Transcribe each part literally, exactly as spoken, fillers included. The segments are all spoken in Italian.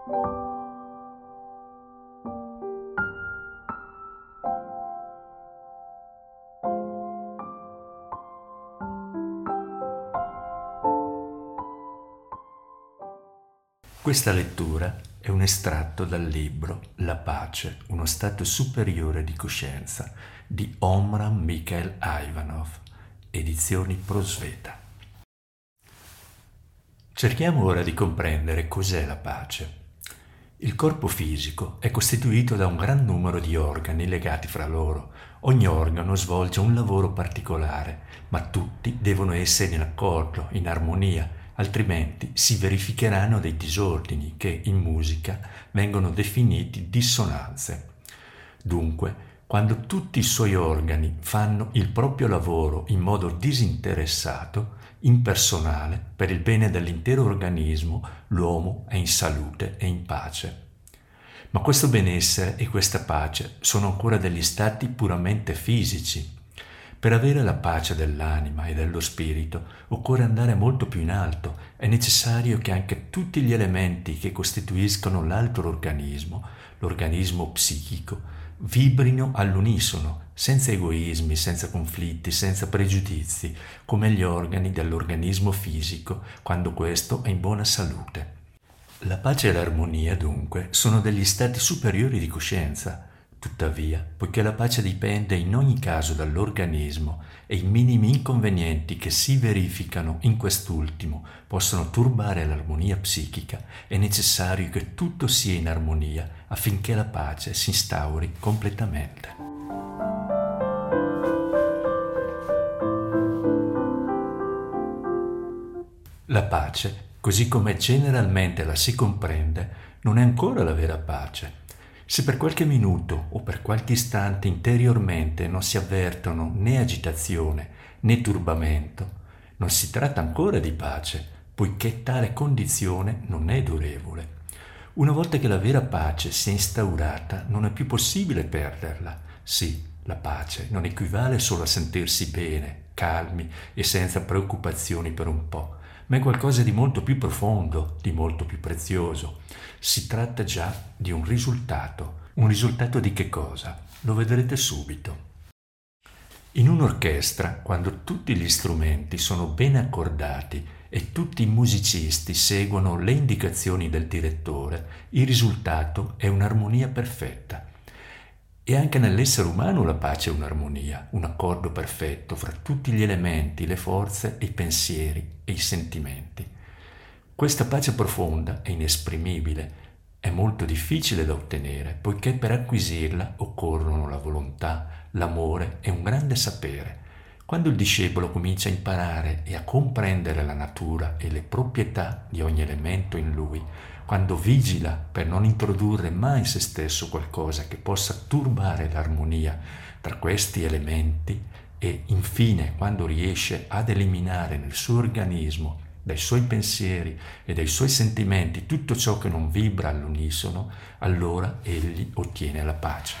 Questa lettura è un estratto dal libro La pace, uno stato superiore di coscienza di Omraam Mikhail Ivanov, edizioni Prosveta. Cerchiamo ora di comprendere cos'è la pace. Il corpo fisico è costituito da un gran numero di organi legati fra loro. Ogni organo svolge un lavoro particolare, ma tutti devono essere in accordo, in armonia, altrimenti si verificheranno dei disordini che in musica vengono definiti dissonanze. Dunque, quando tutti i suoi organi fanno il proprio lavoro in modo disinteressato, impersonale, per il bene dell'intero organismo, l'uomo è in salute e in pace. Ma questo benessere e questa pace sono ancora degli stati puramente fisici. Per avere la pace dell'anima e dello spirito occorre andare molto più in alto. È necessario che anche tutti gli elementi che costituiscono l'altro organismo, l'organismo psichico, vibrino all'unisono, senza egoismi, senza conflitti, senza pregiudizi, come gli organi dell'organismo fisico, quando questo è in buona salute. La pace e l'armonia, dunque, sono degli stati superiori di coscienza. Tuttavia, poiché la pace dipende in ogni caso dall'organismo e i minimi inconvenienti che si verificano in quest'ultimo possono turbare l'armonia psichica, è necessario che tutto sia in armonia affinché la pace si instauri completamente. La pace, così come generalmente la si comprende, non è ancora la vera pace. Se per qualche minuto o per qualche istante interiormente non si avvertono né agitazione né turbamento, non si tratta ancora di pace, poiché tale condizione non è durevole. Una volta che la vera pace si è instaurata, non è più possibile perderla. Sì, la pace non equivale solo a sentirsi bene, calmi e senza preoccupazioni per un po', ma è qualcosa di molto più profondo, di molto più prezioso. Si tratta già di un risultato. Un risultato di che cosa? Lo vedrete subito. In un'orchestra, quando tutti gli strumenti sono ben accordati e tutti i musicisti seguono le indicazioni del direttore, il risultato è un'armonia perfetta. E anche nell'essere umano la pace è un'armonia, un accordo perfetto fra tutti gli elementi, le forze, i pensieri e i sentimenti. Questa pace profonda è inesprimibile, è molto difficile da ottenere, poiché per acquisirla occorrono la volontà, l'amore e un grande sapere. Quando il discepolo comincia a imparare e a comprendere la natura e le proprietà di ogni elemento in lui, quando vigila per non introdurre mai in se stesso qualcosa che possa turbare l'armonia tra questi elementi e infine quando riesce ad eliminare nel suo organismo, dai suoi pensieri e dai suoi sentimenti tutto ciò che non vibra all'unisono, allora egli ottiene la pace.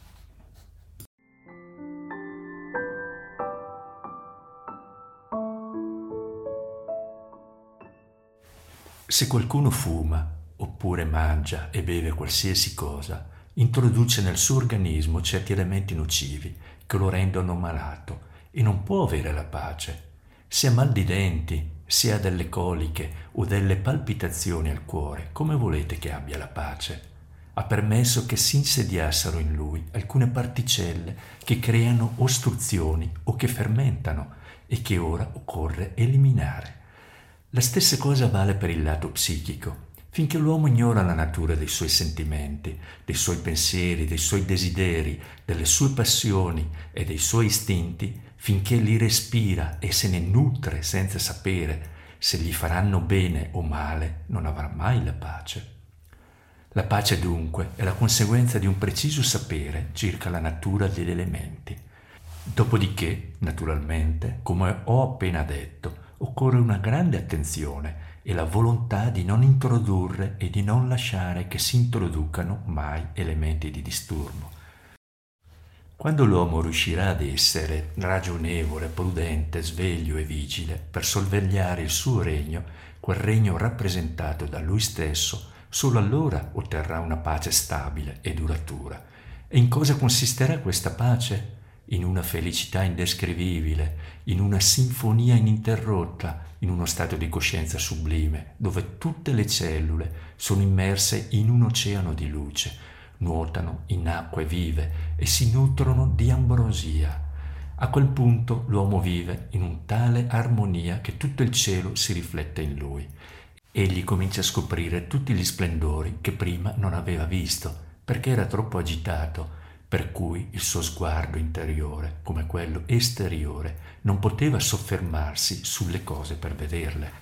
Se qualcuno fuma, oppure mangia e beve qualsiasi cosa, introduce nel suo organismo certi elementi nocivi che lo rendono malato e non può avere la pace. Se ha mal di denti, se ha delle coliche o delle palpitazioni al cuore, come volete che abbia la pace? Ha permesso che si insediassero in lui alcune particelle che creano ostruzioni o che fermentano e che ora occorre eliminare. La stessa cosa vale per il lato psichico. Finché l'uomo ignora la natura dei suoi sentimenti, dei suoi pensieri, dei suoi desideri, delle sue passioni e dei suoi istinti, finché li respira e se ne nutre senza sapere se gli faranno bene o male, non avrà mai la pace. La pace dunque è la conseguenza di un preciso sapere circa la natura degli elementi. Dopodiché, naturalmente, come ho appena detto, occorre una grande attenzione e la volontà di non introdurre e di non lasciare che si introducano mai elementi di disturbo. Quando l'uomo riuscirà ad essere ragionevole, prudente, sveglio e vigile per sorvegliare il suo regno, quel regno rappresentato da lui stesso, Solo allora otterrà una pace stabile e duratura. E in cosa consisterà questa pace? In una felicità indescrivibile, in una sinfonia ininterrotta, in uno stato di coscienza sublime, dove tutte le cellule sono immerse in un oceano di luce, nuotano in acque vive e si nutrono di ambrosia. A quel punto l'uomo vive in un tale armonia che tutto il cielo si riflette in lui. Egli comincia a scoprire tutti gli splendori che prima non aveva visto, perché era troppo agitato, per cui il suo sguardo interiore, come quello esteriore, non poteva soffermarsi sulle cose per vederle.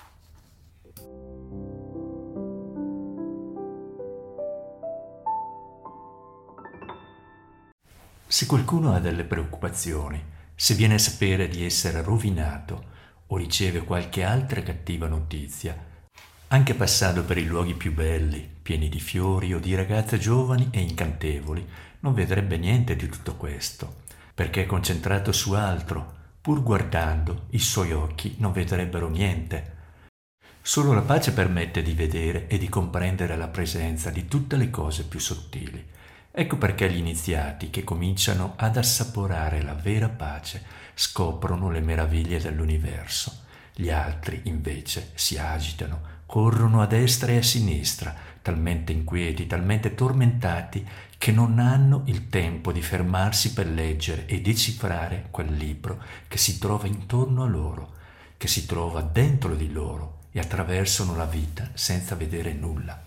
Se qualcuno ha delle preoccupazioni, se viene a sapere di essere rovinato o riceve qualche altra cattiva notizia, anche passando per i luoghi più belli, pieni di fiori o di ragazze giovani e incantevoli, non vedrebbe niente di tutto questo, perché è concentrato su altro, pur guardando i suoi occhi non vedrebbero niente. Solo la pace permette di vedere e di comprendere la presenza di tutte le cose più sottili. Ecco perché gli iniziati che cominciano ad assaporare la vera pace scoprono le meraviglie dell'universo. Gli altri, invece, si agitano, corrono a destra e a sinistra, talmente inquieti, talmente tormentati, che non hanno il tempo di fermarsi per leggere e decifrare quel libro che si trova intorno a loro, che si trova dentro di loro, e attraversano la vita senza vedere nulla.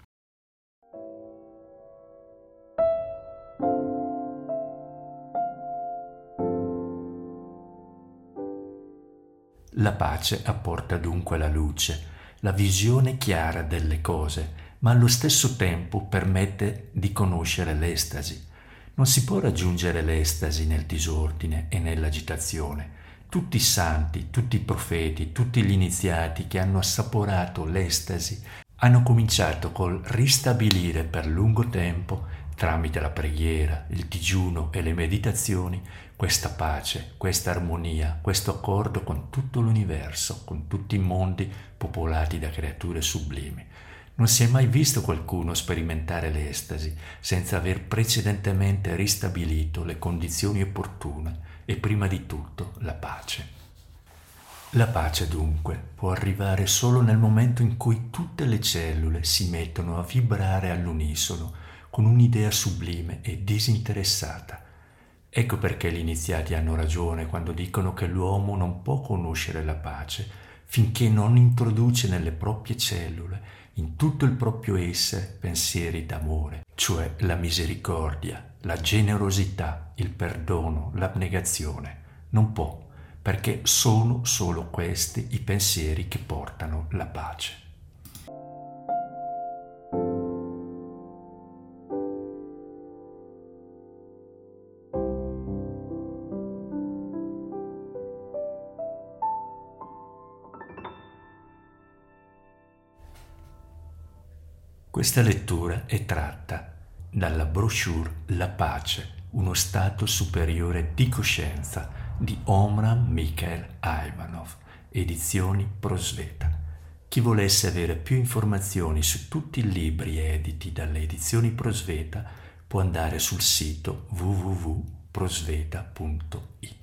La pace apporta dunque la luce, la visione chiara delle cose, ma allo stesso tempo permette di conoscere l'estasi. Non si può raggiungere l'estasi nel disordine e nell'agitazione. Tutti i santi, tutti i profeti, tutti gli iniziati che hanno assaporato l'estasi hanno cominciato col ristabilire per lungo tempo, tramite la preghiera, il digiuno e le meditazioni, questa pace, questa armonia, questo accordo con tutto l'universo, con tutti i mondi popolati da creature sublimi. Non si è mai visto qualcuno sperimentare l'estasi senza aver precedentemente ristabilito le condizioni opportune e prima di tutto la pace. La pace dunque può arrivare solo nel momento in cui tutte le cellule si mettono a vibrare all'unisono con un'idea sublime e disinteressata. Ecco perché gli iniziati hanno ragione quando dicono che l'uomo non può conoscere la pace finché non introduce nelle proprie cellule, in tutto il proprio essere, pensieri d'amore, cioè la misericordia, la generosità, il perdono, l'abnegazione. Non può, perché sono solo questi i pensieri che portano la pace. Questa lettura è tratta dalla brochure La pace, uno stato superiore di coscienza di Omraam Mikhail Aïvanhov, edizioni Prosveta. Chi volesse avere più informazioni su tutti i libri editi dalle edizioni Prosveta può andare sul sito w w w punto prosveta punto i t.